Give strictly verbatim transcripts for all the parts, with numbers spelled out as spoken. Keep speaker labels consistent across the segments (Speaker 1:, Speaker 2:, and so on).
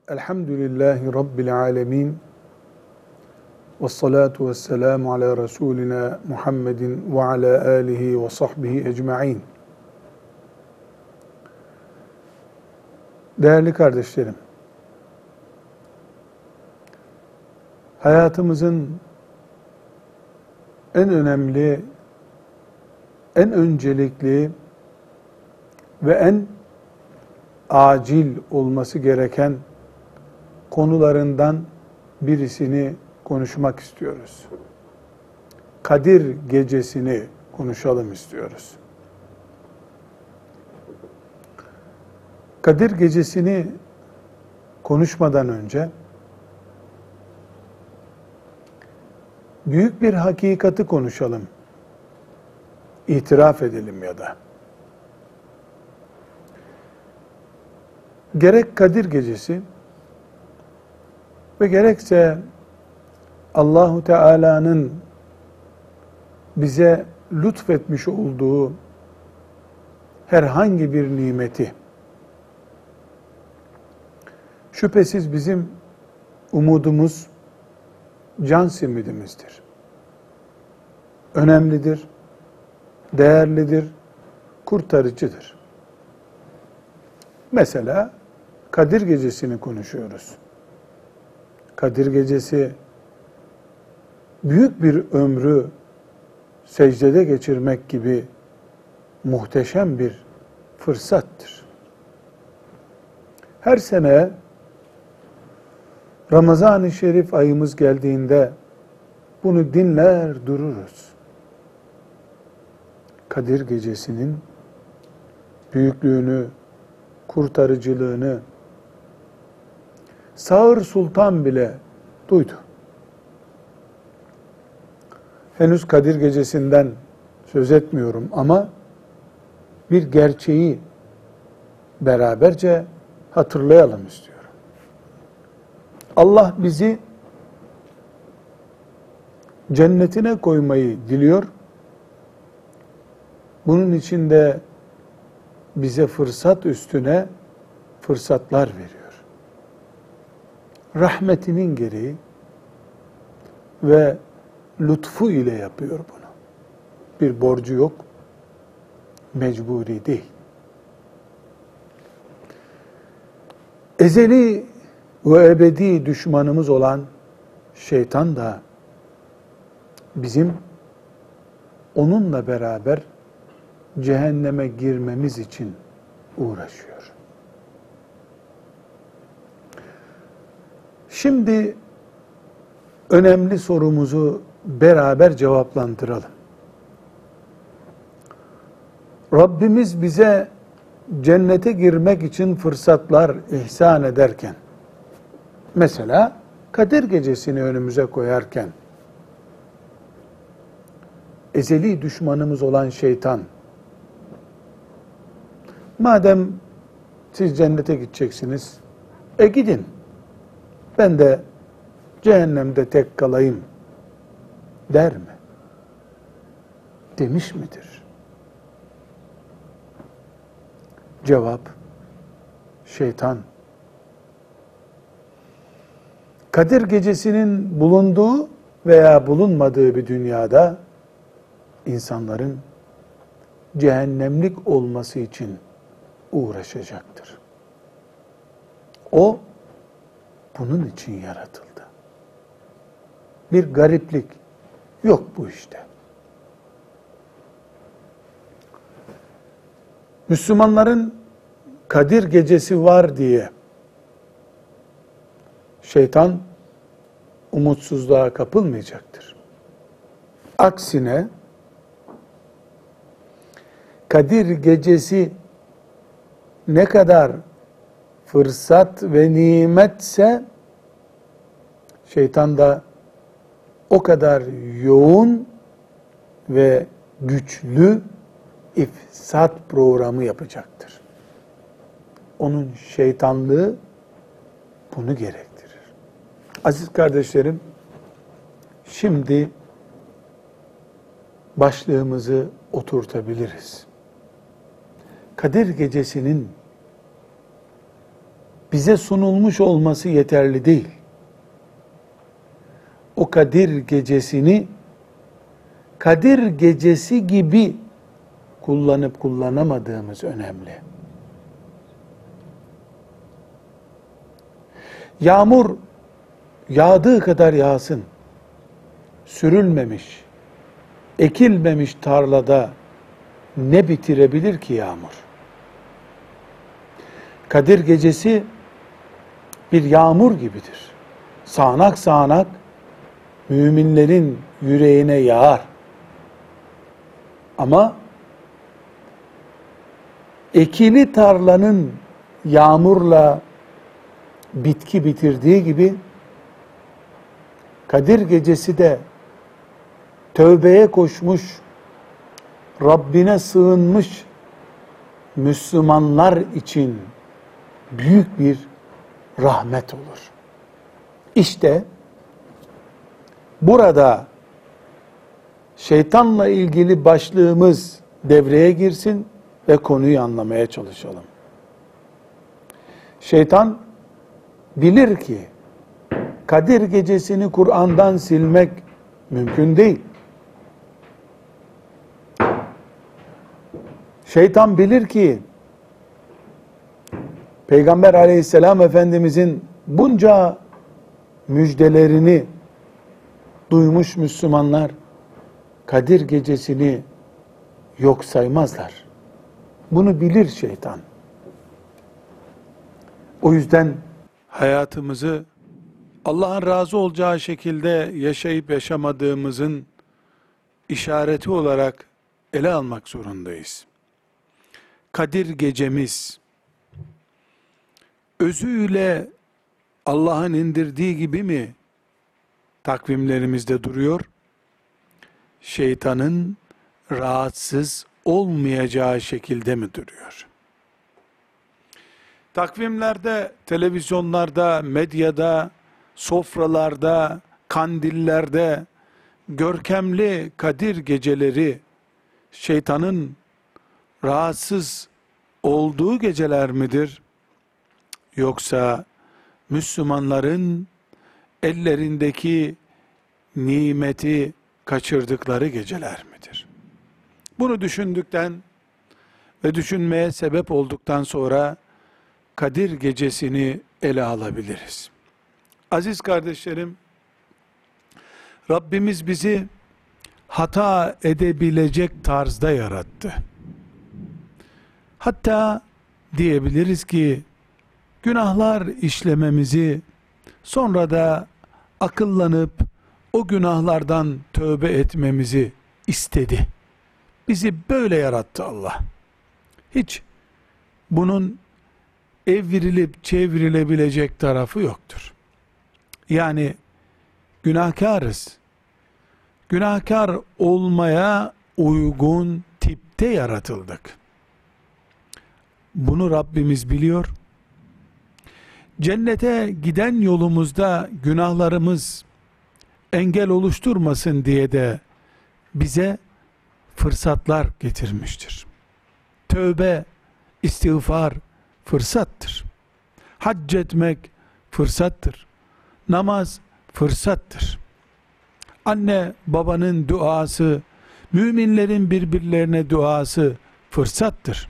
Speaker 1: Elhamdülillahi Rabbil alemin. Vessalatu vesselamu ala Resulina Muhammedin ve ala alihi ve sahbihi ecma'in. Değerli kardeşlerim, hayatımızın en önemli, en öncelikli ve en acil olması gereken konularından birisini konuşmak istiyoruz. Kadir Gecesi'ni konuşalım istiyoruz. Kadir Gecesi'ni konuşmadan önce büyük bir hakikati konuşalım. İtiraf edelim ya da. Gerek Kadir Gecesi ve gerekse Allahu Teala'nın bize lütfetmiş olduğu herhangi bir nimeti şüphesiz bizim umudumuz, can simidimizdir. Önemlidir, değerlidir, kurtarıcıdır. Mesela Kadir Gecesi'ni konuşuyoruz. Kadir Gecesi büyük bir ömrü secdede geçirmek gibi muhteşem bir fırsattır. Her sene Ramazan-ı Şerif ayımız geldiğinde bunu dinler dururuz. Kadir Gecesi'nin büyüklüğünü, kurtarıcılığını Sağır Sultan bile duydu. Henüz Kadir Gecesi'nden söz etmiyorum ama bir gerçeği beraberce hatırlayalım istiyorum. Allah bizi cennetine koymayı diliyor. Bunun için de bize fırsat üstüne fırsatlar veriyor. Rahmetinin gereği ve lütfu ile yapıyor bunu. Bir borcu yok, mecburi değil. Ezeli ve ebedi düşmanımız olan şeytan da bizim onunla beraber cehenneme girmemiz için uğraşıyor. Şimdi önemli sorumuzu beraber cevaplandıralım. Rabbimiz bize cennete girmek için fırsatlar ihsan ederken, mesela Kadir Gecesi'ni önümüze koyarken, ezeli düşmanımız olan şeytan, madem siz cennete gideceksiniz, e gidin, ben de cehennemde tek kalayım der mi? Demiş midir? Cevap, şeytan. Kadir Gecesi'nin bulunduğu veya bulunmadığı bir dünyada insanların cehennemlik olması için uğraşacaktır. O bunun için yaratıldı. Bir gariplik yok bu işte. Müslümanların Kadir Gecesi var diye şeytan umutsuzluğa kapılmayacaktır. Aksine Kadir Gecesi ne kadar fırsat ve nimetse şeytan da o kadar yoğun ve güçlü ifsat programı yapacaktır. Onun şeytanlığı bunu gerektirir. Aziz kardeşlerim, şimdi başlığımızı oturtabiliriz. Kadir Gecesi'nin bize sunulmuş olması yeterli değil. O Kadir gecesini Kadir gecesi gibi kullanıp kullanamadığımız önemli. Yağmur yağdığı kadar yağsın. Sürülmemiş, ekilmemiş tarlada ne bitirebilir ki yağmur? Kadir gecesi bir yağmur gibidir. Sağanak sağanak müminlerin yüreğine yağar. Ama ekili tarlanın yağmurla bitki bitirdiği gibi Kadir gecesi de tövbeye koşmuş, Rabbine sığınmış Müslümanlar için büyük bir rahmet olur. İşte burada şeytanla ilgili başlığımız devreye girsin ve konuyu anlamaya çalışalım. Şeytan bilir ki Kadir gecesini Kur'an'dan silmek mümkün değil. Şeytan bilir ki Peygamber aleyhisselam Efendimizin bunca müjdelerini duymuş Müslümanlar Kadir gecesini yok saymazlar. Bunu bilir şeytan. O yüzden hayatımızı Allah'ın razı olacağı şekilde yaşayıp yaşamadığımızın işareti olarak ele almak zorundayız. Kadir gecemiz özüyle Allah'ın indirdiği gibi mi takvimlerimizde duruyor? Şeytanın rahatsız olmayacağı şekilde mi duruyor? Takvimlerde, televizyonlarda, medyada, sofralarda, kandillerde görkemli Kadir geceleri şeytanın rahatsız olduğu geceler midir? Yoksa Müslümanların ellerindeki nimeti kaçırdıkları geceler midir? Bunu düşündükten ve düşünmeye sebep olduktan sonra Kadir gecesini ele alabiliriz. Aziz kardeşlerim, Rabbimiz bizi hata edebilecek tarzda yarattı. Hatta diyebiliriz ki günahlar işlememizi, sonra da akıllanıp o günahlardan tövbe etmemizi istedi. Bizi böyle yarattı Allah. Hiç bunun evrilip çevrilebilecek tarafı yoktur. Yani günahkarız. Günahkar olmaya uygun tipte yaratıldık. Bunu Rabbimiz biliyor. Cennete giden yolumuzda günahlarımız engel oluşturmasın diye de bize fırsatlar getirmiştir. Tövbe, istiğfar fırsattır. Hac etmek fırsattır. Namaz fırsattır. Anne babanın duası, müminlerin birbirlerine duası fırsattır.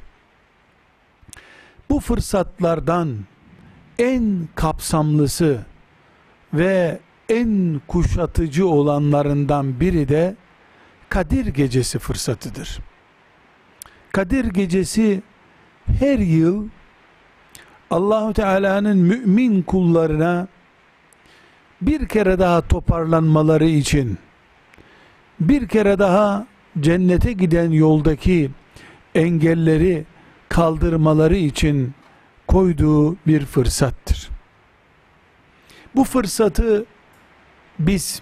Speaker 1: Bu fırsatlardan en kapsamlısı ve en kuşatıcı olanlarından biri de Kadir Gecesi fırsatıdır. Kadir Gecesi her yıl Allah-u Teala'nın mümin kullarına bir kere daha toparlanmaları için, bir kere daha cennete giden yoldaki engelleri kaldırmaları için koyduğu bir fırsattır. Bu fırsatı biz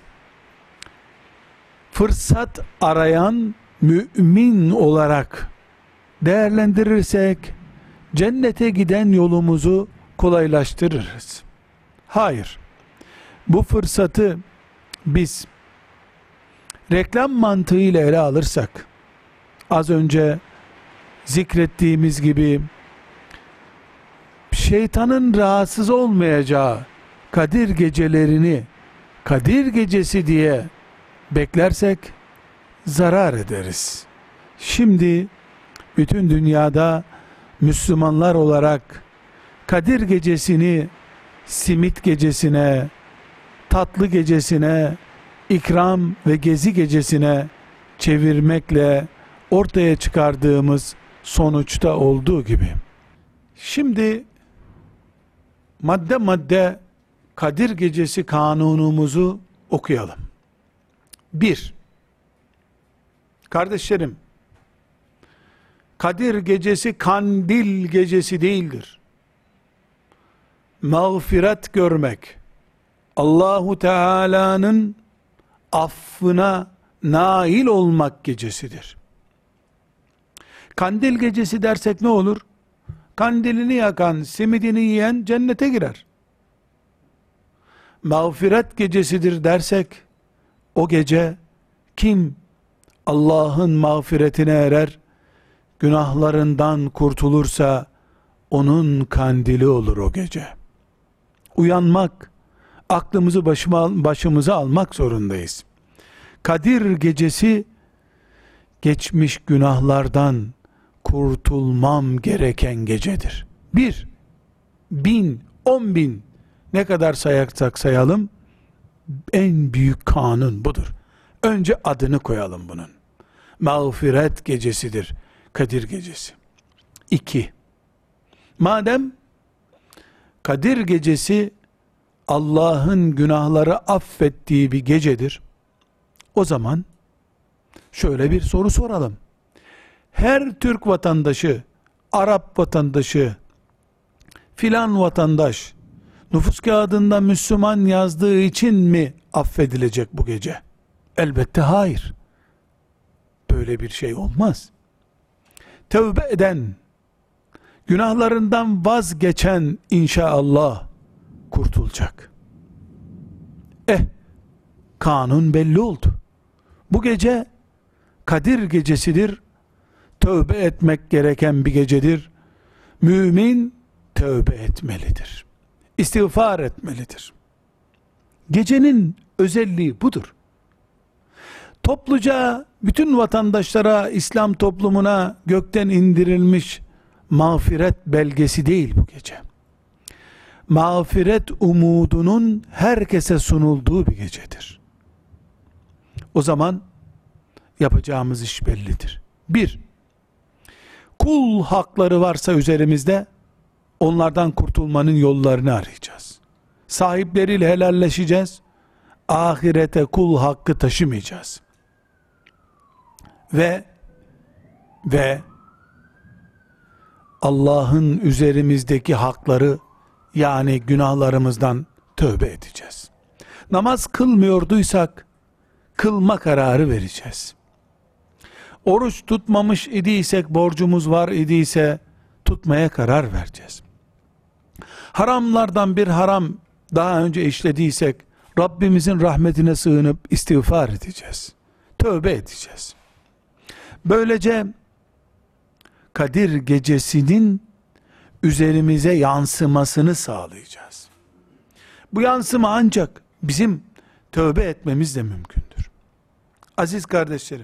Speaker 1: fırsat arayan mümin olarak değerlendirirsek cennete giden yolumuzu kolaylaştırırız. Hayır. Bu fırsatı biz reklam mantığıyla ele alırsak, az önce zikrettiğimiz gibi şeytanın rahatsız olmayacağı Kadir gecelerini Kadir gecesi diye beklersek zarar ederiz. Şimdi bütün dünyada Müslümanlar olarak Kadir gecesini simit gecesine, tatlı gecesine, ikram ve gezi gecesine çevirmekle ortaya çıkardığımız sonuçta olduğu gibi. Şimdi madde madde Kadir gecesi kanunumuzu okuyalım. Bir, kardeşlerim, Kadir gecesi kandil gecesi değildir. Mağfiret görmek, Allahu Teala'nın affına nail olmak gecesidir. Kandil gecesi dersek ne olur? Kandilini yakan, simidini yiyen cennete girer. Mağfiret gecesidir dersek, o gece kim Allah'ın mağfiretine erer, günahlarından kurtulursa onun kandili olur o gece. Uyanmak, aklımızı başıma, başımıza almak zorundayız. Kadir gecesi geçmiş günahlardan kurtulmam gereken gecedir. Bir, bin, on bin, ne kadar sayarsak sayalım, en büyük kanun budur. Önce adını koyalım bunun. Mağfiret gecesidir Kadir gecesi. İki, madem Kadir gecesi Allah'ın günahları affettiği bir gecedir, o zaman şöyle bir soru soralım. Her Türk vatandaşı, Arap vatandaşı, filan vatandaş nüfus kağıdında Müslüman yazdığı için mi affedilecek bu gece? Elbette hayır. Böyle bir şey olmaz. Tevbe eden, günahlarından vazgeçen inşallah kurtulacak. Eh, kanun belli oldu. Bu gece Kadir gecesidir. Tövbe etmek gereken bir gecedir. Mümin tövbe etmelidir. İstiğfar etmelidir. Gecenin özelliği budur. Topluca bütün vatandaşlara, İslam toplumuna gökten indirilmiş mağfiret belgesi değil bu gece. Mağfiret umudunun herkese sunulduğu bir gecedir. O zaman yapacağımız iş bellidir. Bir, kul hakları varsa üzerimizde, onlardan kurtulmanın yollarını arayacağız. Sahipleriyle helalleşeceğiz. Ahirete kul hakkı taşımayacağız. Ve ve Allah'ın üzerimizdeki hakları, yani günahlarımızdan tövbe edeceğiz. Namaz kılmıyorduysak kılma kararı vereceğiz. Oruç tutmamış idiysek, borcumuz var idiyse tutmaya karar vereceğiz. Haramlardan bir haram daha önce işlediysek Rabbimizin rahmetine sığınıp istiğfar edeceğiz. Tövbe edeceğiz. Böylece Kadir gecesinin üzerimize yansımasını sağlayacağız. Bu yansıma ancak bizim tövbe etmemizle mümkündür. Aziz kardeşlerim,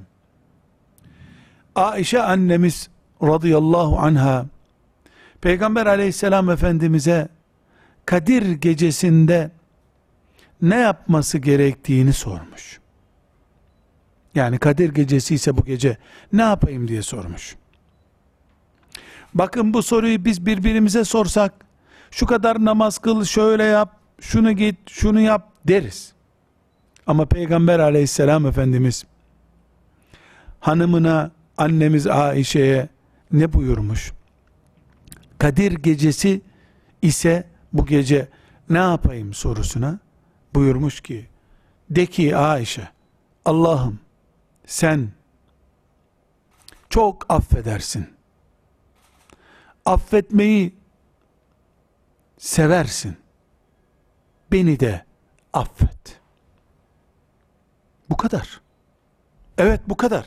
Speaker 1: Aişe annemiz radıyallahu anha Peygamber aleyhisselam efendimize Kadir gecesinde ne yapması gerektiğini sormuş. Yani Kadir gecesi ise bu gece ne yapayım diye sormuş. Bakın, bu soruyu biz birbirimize sorsak, şu kadar namaz kıl, şöyle yap, şunu git, şunu yap deriz. Ama Peygamber aleyhisselam efendimiz hanımına, annemiz Aişe'ye ne buyurmuş? Kadir gecesi ise bu gece ne yapayım sorusuna buyurmuş ki, de ki Aişe, Allah'ım sen çok affedersin. Affetmeyi seversin. Beni de affet. Bu kadar. Evet, bu kadar.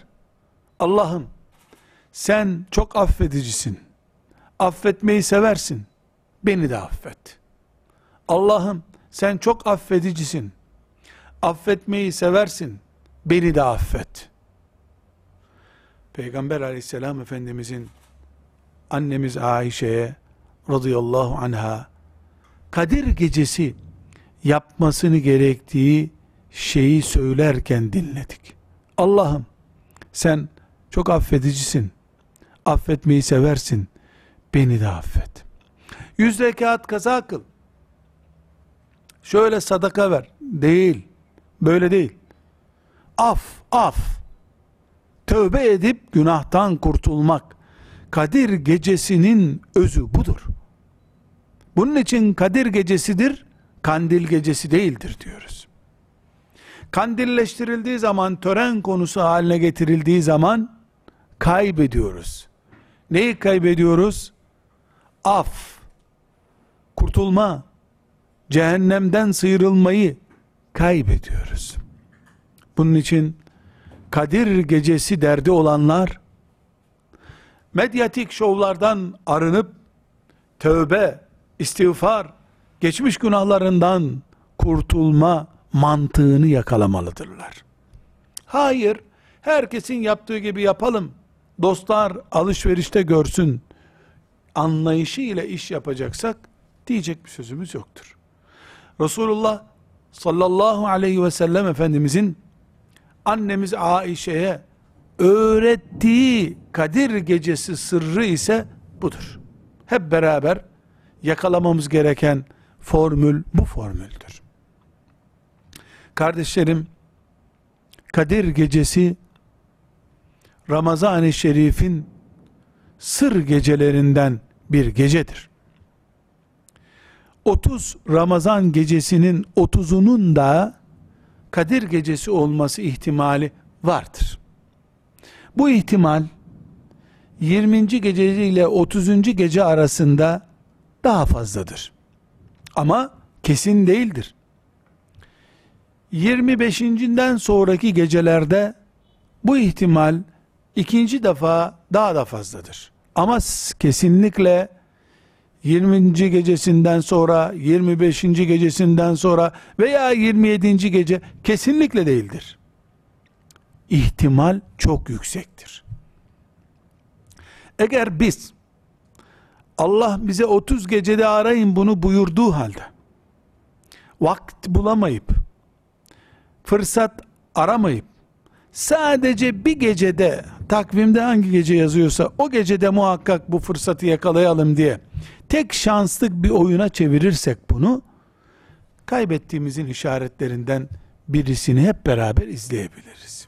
Speaker 1: Allah'ım sen çok affedicisin. Affetmeyi seversin. beni de affet. Allah'ım sen çok affedicisin, affetmeyi seversin, beni de affet. Peygamber aleyhisselam Efendimizin annemiz Ayşe'ye radıyallahu anha Kadir gecesi yapmasını gerektiği şeyi söylerken dinledik. Allah'ım sen çok affedicisin, affetmeyi seversin, beni de affet. Yüz rekat kaza kıl, şöyle sadaka ver, değil, böyle değil. Af, af, tövbe edip günahtan kurtulmak, Kadir gecesinin özü budur. Bunun için Kadir gecesidir, kandil gecesi değildir diyoruz. Kandilleştirildiği zaman, tören konusu haline getirildiği zaman kaybediyoruz. Neyi kaybediyoruz? Af, kurtulma, cehennemden sıyrılmayı kaybediyoruz. Bunun için Kadir gecesi derdi olanlar, medyatik şovlardan arınıp, tövbe, istiğfar, geçmiş günahlarından kurtulma mantığını yakalamalıdırlar. Hayır, herkesin yaptığı gibi yapalım, dostlar alışverişte görsün anlayışı ile iş yapacaksak, diyecek bir sözümüz yoktur. Resulullah sallallahu aleyhi ve sellem Efendimizin annemiz Aişe'ye öğrettiği Kadir gecesi sırrı ise budur. Hep beraber yakalamamız gereken formül bu formüldür. Kardeşlerim, Kadir gecesi Ramazan-ı Şerif'in sır gecelerinden bir gecedir. otuz Ramazan gecesinin otuzunun da Kadir gecesi olması ihtimali vardır. Bu ihtimal yirminci gece ile otuzuncu gece arasında daha fazladır. Ama kesin değildir. yirmi beşinden sonraki gecelerde bu ihtimal ikinci defa daha da fazladır. Ama kesinlikle yirminci gecesinden sonra, yirmi beşinci gecesinden sonra veya yirmi yedinci gece kesinlikle değildir. İhtimal çok yüksektir. Eğer biz Allah bize otuz gecede arayın bunu buyurduğu halde vakit bulamayıp, fırsat aramayıp, sadece bir gecede, takvimde hangi gece yazıyorsa o gecede muhakkak bu fırsatı yakalayalım diye tek şanslık bir oyuna çevirirsek bunu, kaybettiğimizin işaretlerinden birisini hep beraber izleyebiliriz.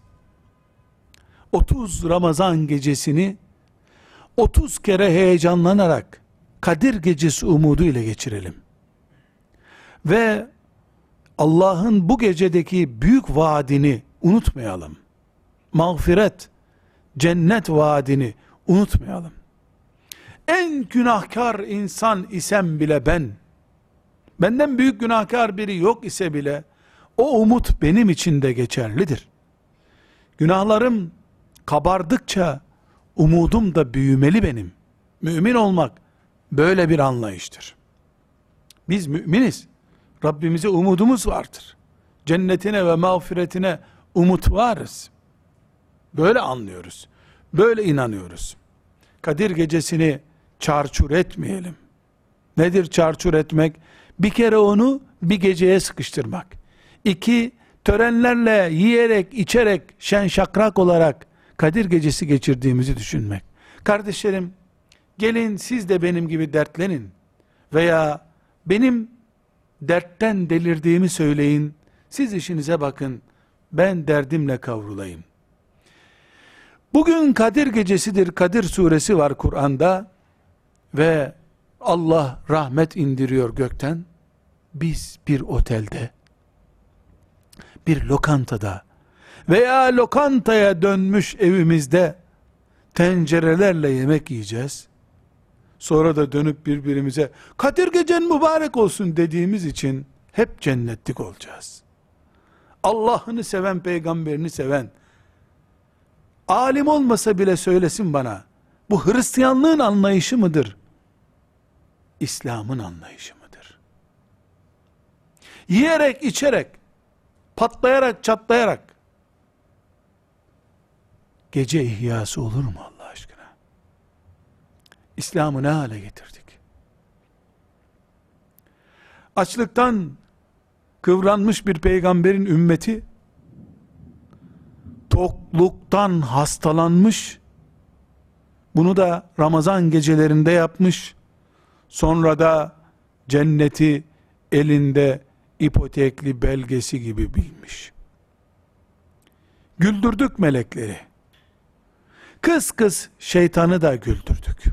Speaker 1: otuz Ramazan gecesini otuz kere heyecanlanarak Kadir gecesi umudu ile geçirelim. Ve Allah'ın bu gecedeki büyük vaadini unutmayalım. Mağfiret, cennet vaadini unutmayalım. En günahkar insan isem bile ben, benden büyük günahkar biri yok ise bile, o umut benim için de geçerlidir. Günahlarım kabardıkça, umudum da büyümeli benim. Mümin olmak, böyle bir anlayıştır. Biz müminiz. Rabbimize umudumuz vardır. Cennetine ve mağfiretine umut varız. Böyle anlıyoruz. Böyle inanıyoruz. Kadir gecesini çarçur etmeyelim. Nedir çarçur etmek? Bir kere onu bir geceye sıkıştırmak. İki, törenlerle, yiyerek, içerek, şen şakrak olarak Kadir gecesi geçirdiğimizi düşünmek. Kardeşlerim, gelin siz de benim gibi dertlenin. Veya benim dertten delirdiğimi söyleyin. Siz işinize bakın. Ben derdimle kavrulayım. Bugün Kadir gecesidir. Kadir suresi var Kur'an'da. Ve Allah rahmet indiriyor gökten. Biz bir otelde, bir lokantada veya lokantaya dönmüş evimizde tencerelerle yemek yiyeceğiz. Sonra da dönüp birbirimize Kadir gecen mübarek olsun dediğimiz için hep cennetlik olacağız. Allah'ını seven, peygamberini seven, alim olmasa bile söylesin bana, bu Hristiyanlığın anlayışı mıdır? İslam'ın anlayışı mıdır? Yiyerek, içerek, patlayarak, çatlayarak gece ihyası olur mu Allah aşkına? İslam'ı ne hale getirdik? Açlıktan kıvranmış bir peygamberin ümmeti, tokluktan hastalanmış, bunu da Ramazan gecelerinde yapmış, sonra da cenneti elinde ipotekli belgesi gibi bilmiş. Güldürdük melekleri. Kıs kıs şeytanı da güldürdük.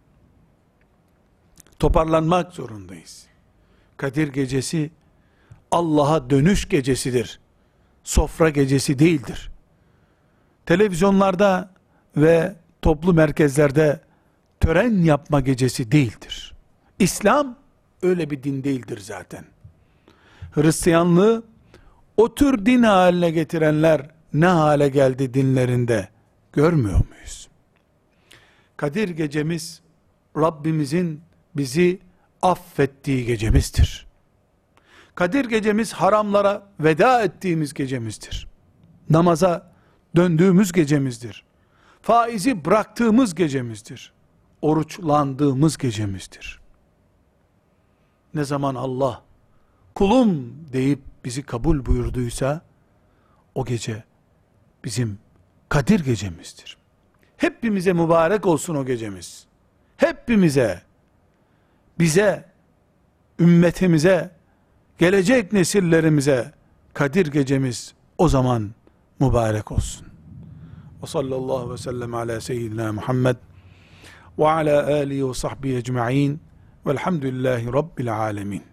Speaker 1: Toparlanmak zorundayız. Kadir gecesi Allah'a dönüş gecesidir. Sofra gecesi değildir. Televizyonlarda ve toplu merkezlerde tören yapma gecesi değildir. İslam öyle bir din değildir zaten. Hristiyanlığı o tür din haline getirenler ne hale geldi dinlerinde görmüyor muyuz? Kadir gecemiz Rabbimizin bizi affettiği gecemizdir. Kadir gecemiz haramlara veda ettiğimiz gecemizdir. Namaza döndüğümüz gecemizdir. Faizi bıraktığımız gecemizdir. Oruçlandığımız gecemizdir. Ne zaman Allah kulum deyip bizi kabul buyurduysa o gece bizim Kadir gecemizdir. Hepimize mübarek olsun o gecemiz. Hepimize, bize, ümmetimize, gelecek nesillerimize Kadir gecemiz o zaman mübarek olsun. Ve sallallahu ve sellem ala seyyidina Muhammed ve ala alihi ve sahbihi ecma'in velhamdülillahi rabbil alemin.